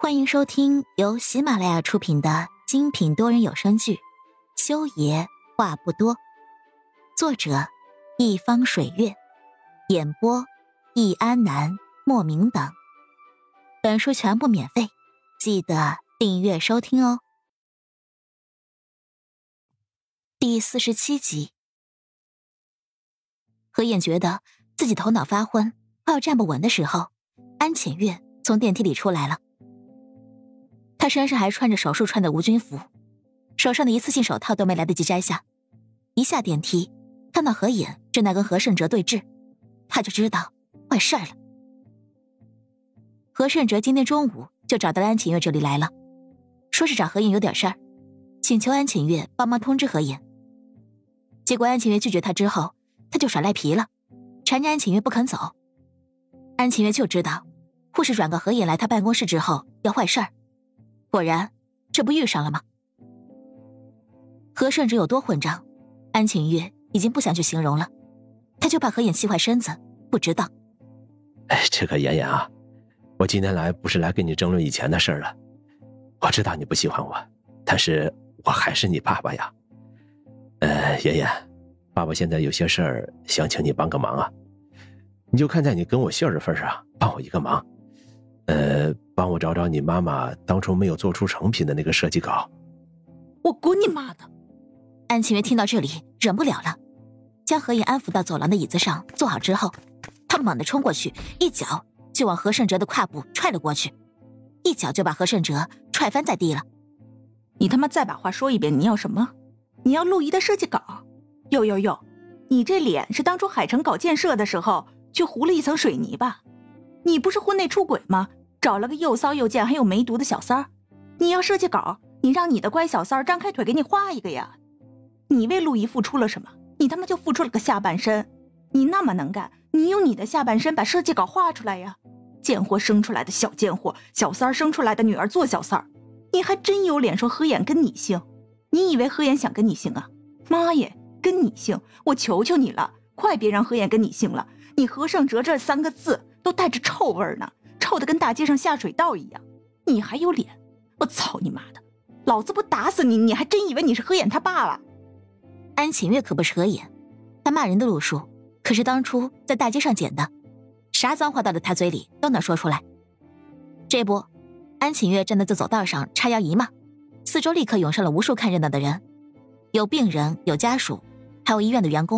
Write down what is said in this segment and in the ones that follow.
欢迎收听由喜马拉雅出品的精品多人有声剧《修爷话不多》，作者一方水月，演播易安南、莫名等。本书全部免费，记得订阅收听哦。第47集，何燕觉得自己头脑发昏，快要站不稳的时候，安浅月从电梯里出来了。他身上还穿着手术穿的无菌服，手上的一次性手套都没来得及摘下。一下电梯，看到何影正在跟何胜哲对峙，他就知道坏事了。何胜哲今天中午就找到安浅月这里来了，说是找何影有点事儿，请求安浅月帮忙通知何影。结果安浅月拒绝他之后，他就耍赖皮了，缠着安浅月不肯走。安浅月就知道护士转告何影来他办公室之后要坏事儿，果然这不遇上了吗？何胜哲有多混账，安浅月已经不想去形容了，他就怕何影气坏身子，不知道。 这个妍妍啊，我今天来不是来跟你争论以前的事儿了。我知道你不喜欢我，但是我还是你爸爸呀。妍妍，爸爸现在有些事儿想请你帮个忙啊，你就看在你跟我姓儿的份上，帮我一个忙。帮我找找你妈妈当初没有做出成品的那个设计稿。 我滚你妈的！ 安晴月听到这里忍不了了，将何影安抚到走廊的椅子上坐好之后，他猛地冲过去，一脚就往何胜哲的胯部踹了过去，一脚就把何胜哲踹翻在地了。 你他妈再把话说一遍，你要什么？你要陆怡的设计稿？哟，你这脸是当初海城搞建设的时候去糊了一层水泥吧？你不是婚内出轨吗？找了个又骚又贱还有梅毒的小三儿，你要设计稿，你让你的乖小三儿张开腿给你画一个呀！你为陆怡付出了什么？你他妈就付出了个下半身。你那么能干，你用你的下半身把设计稿画出来呀！贱货生出来的小贱货，小三儿生出来的女儿做小三儿，你还真有脸说何眼跟你姓？你以为何眼想跟你姓啊？妈耶，跟你姓，我求求你了，快别让何眼跟你姓了！你何胜哲这3个字都带着臭味呢，臭得跟大街上下水道一样，你还有脸？我操你妈的，老子不打死你，你还真以为你是何眼他爸爸？ 安浅月可不是何眼，他骂人的路数可是当初在大街上捡的，啥脏话到了他嘴里都能说出来。这不，安浅月站在这走道上叉腰一骂，四周立刻涌上了无数看热闹的人，有病人，有家属，还有医院的员工。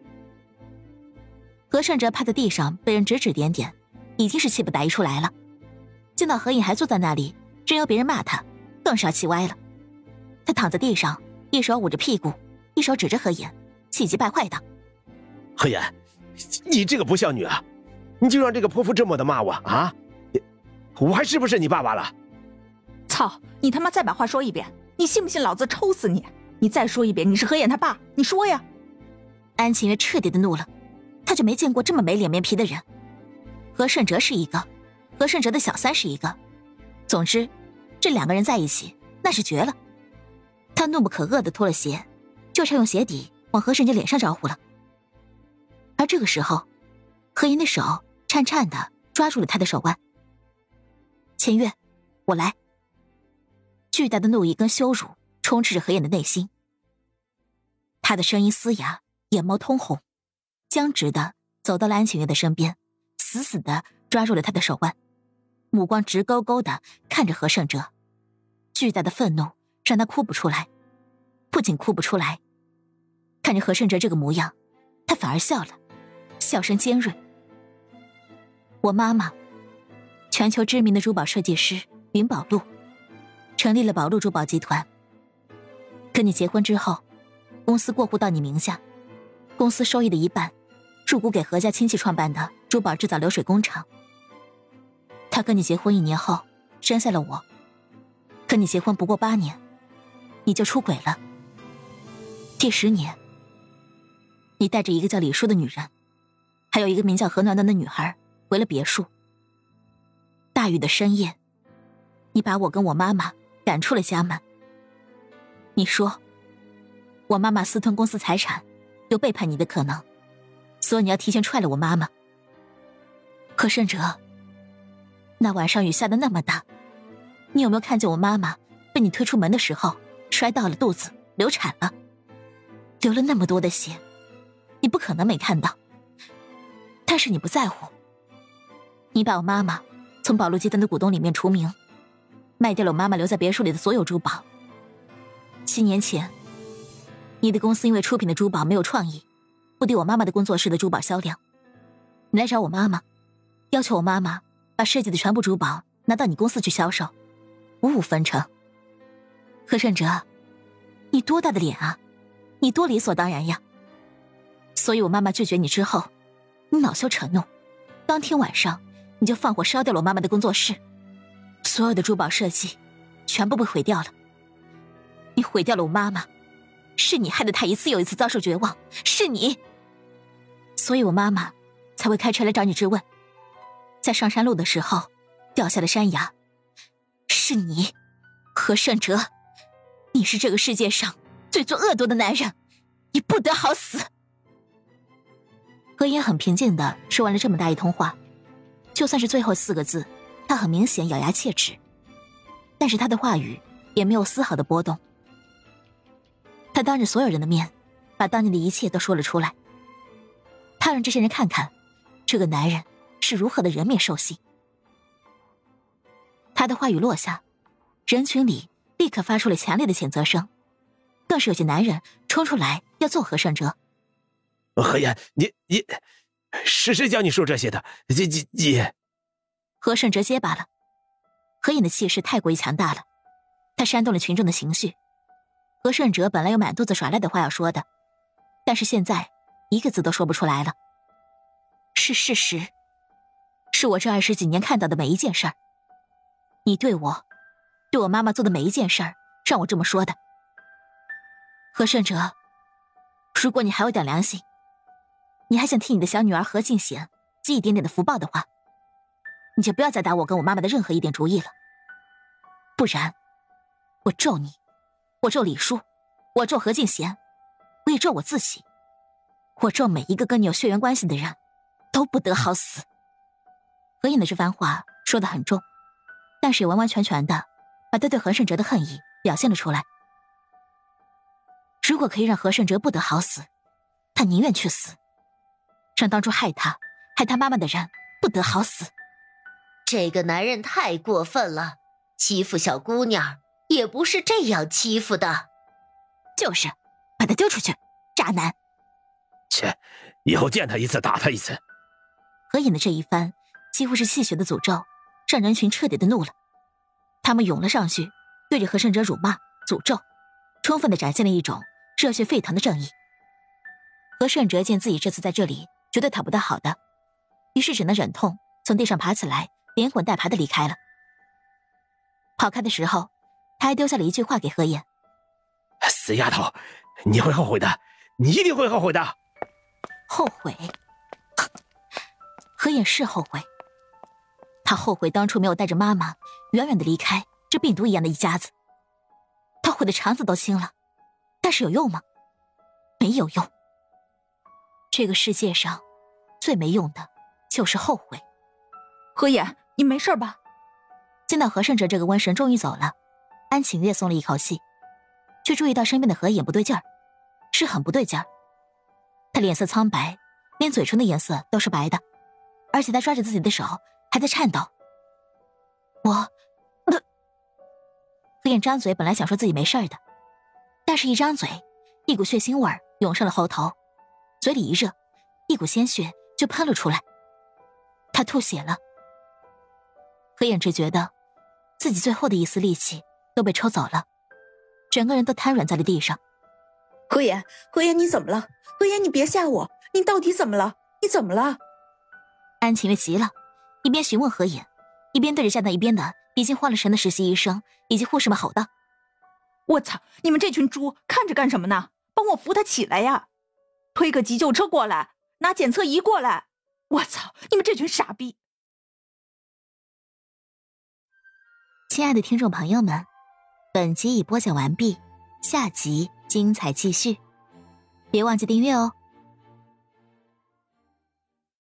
何胜哲趴在地上被人指指点点，已经是气不打一处来了。见到何影还坐在那里任由别人骂他，更是要气歪了。他躺在地上，一手捂着屁股，一手指着何影，气急败坏道： 何妍，你这个不孝女啊，你就让这个泼妇这么的骂我啊？我还是不是你爸爸了？ 操，你他妈再把话说一遍，你信不信老子抽死你？你再说一遍你是何眼他爸，你说呀！ 安晴月彻底的怒了，他就没见过这么没脸没皮的人。何胜哲是一个，何胜哲的小三是一个，总之这2个人在一起那是绝了。他怒不可遏地脱了鞋，就差用鞋底往何胜哲脸上招呼了。而这个时候，何莹的手颤颤地抓住了他的手腕。千月，我来。巨大的怒意跟羞辱充斥着何妍的内心，他的声音嘶哑，眼眸通红，僵直地走到了安晴月的身边，死死地抓住了他的手腕，目光直勾勾地看着何胜哲。巨大的愤怒让他哭不出来，不仅哭不出来，看着何胜哲这个模样，他反而笑了，笑声尖锐。我妈妈，全球知名的珠宝设计师云宝路，成立了宝路珠宝集团。跟你结婚之后，公司过户到你名下，公司收益的一半入股给何家亲戚创办的珠宝制造流水工厂。他跟你结婚1年后生下了我，跟你结婚不过8年，你就出轨了。第10年，你带着一个叫李叔的女人，还有一个名叫何暖暖的女孩回了别墅。大雨的深夜，你把我跟我妈妈赶出了家门。你说我妈妈私吞公司财产，有背叛你的可能，所以你要提前踹了我妈妈。何胜哲，那晚上雨下得那么大， 你有没有看见我妈妈被你推出门的时候摔到了肚子，流产了，流了那么多的血，你不可能没看到。但是你不在乎，你把我妈妈从宝路集团的股东里面除名，卖掉了我妈妈留在别墅里的所有珠宝。7年前，你的公司因为出品的珠宝没有创意，不敌我妈妈的工作室的珠宝销量，你来找我妈妈，要求我妈妈把设计的全部珠宝拿到你公司去销售，55分成。何胜哲，你多大的脸啊，你多理所当然呀。所以我妈妈拒绝你之后，你恼羞成怒，当天晚上你就放火烧掉了我妈妈的工作室，所有的珠宝设计全部被毁掉了。你毁掉了我妈妈，是你害得她一次又一次遭受绝望，是你。所以我妈妈才会开车来找你质问，在上山路的时候掉下了山崖，是你，何胜哲，你是这个世界上最作恶毒的男人，你不得好死。何言很平静地说完了这么大一通话，就算是最后4个字，他很明显咬牙切齿，但是他的话语也没有丝毫的波动。他当着所有人的面把当年的一切都说了出来，他让这些人看看这个男人是如何的人面兽心。他的话语落下，人群里立刻发出了强烈的谴责声，更是有些男人冲出来要揍何胜哲。 何言，你是谁叫你说这些的？你…… 何胜哲结巴了，何言的气势太过于强大了，他煽动了群众的情绪。何胜哲本来有满肚子耍赖的话要说的，但是现在一个字都说不出来了。是事实，是我这20几年看到的每一件事儿，你对我妈妈做的每一件事儿，让我这么说的。何胜哲，如果你还有点良心，你还想替你的小女儿何静娴积一点点的福报的话，你就不要再打我跟我妈妈的任何一点主意了，不然我咒你，我咒李叔，我咒何静娴，我也咒我自己，我咒每一个跟你有血缘关系的人都不得好死。何颖的这番话说得很重，但是也完完全全的把他对何胜哲的恨意表现了出来。如果可以让何胜哲不得好死，他宁愿去死，让当初害他妈妈的人不得好死。 这个男人太过分了，欺负小姑娘也不是这样欺负的。 就是，把他丢出去，渣男。 切，以后见他一次打他一次。 何颖的这一番几乎是戏谑的诅咒，让人群彻底的怒了。他们涌了上去，对着何胜哲辱骂诅咒，充分的展现了一种热血沸腾的正义。何胜哲见自己这次在这里绝对讨不到好的，于是只能忍痛从地上爬起来，连滚带爬的离开了。跑开的时候，他还丢下了一句话给何妍： 死丫头，你会后悔的，你一定会后悔的。 后悔？何妍是后悔，他后悔当初没有带着妈妈远远的离开这病毒一样的一家子。他悔的肠子都青了，但是有用吗？没有用。这个世界上最没用的就是后悔。 何妍，你没事吧？ 见到何胜哲这个瘟神终于走了，安晴月松了一口气，却注意到身边的何妍不对劲儿，是很不对劲儿。他脸色苍白，连嘴唇的颜色都是白的，而且他抓着自己的手还在颤抖。何妍张嘴本来想说自己没事的，但是一张嘴，一股血腥味涌上了喉头，嘴里一热，一股鲜血就喷了出来。他吐血了。何妍只觉得自己最后的一丝力气都被抽走了，整个人都瘫软在了地上。 何妍，何妍，你怎么了？何妍，你别吓我，你到底怎么了？你怎么了？ 安晴月急了，一边询问何妍，一边对着站在一边的已经慌了神的实习医生以及护士们吼道： 我操，你们这群猪看着干什么呢？帮我扶他起来呀！推个急救车过来，拿检测仪过来！我操，你们这群傻逼！ 亲爱的听众朋友们，本集已播讲完毕，下集精彩继续，别忘记订阅哦。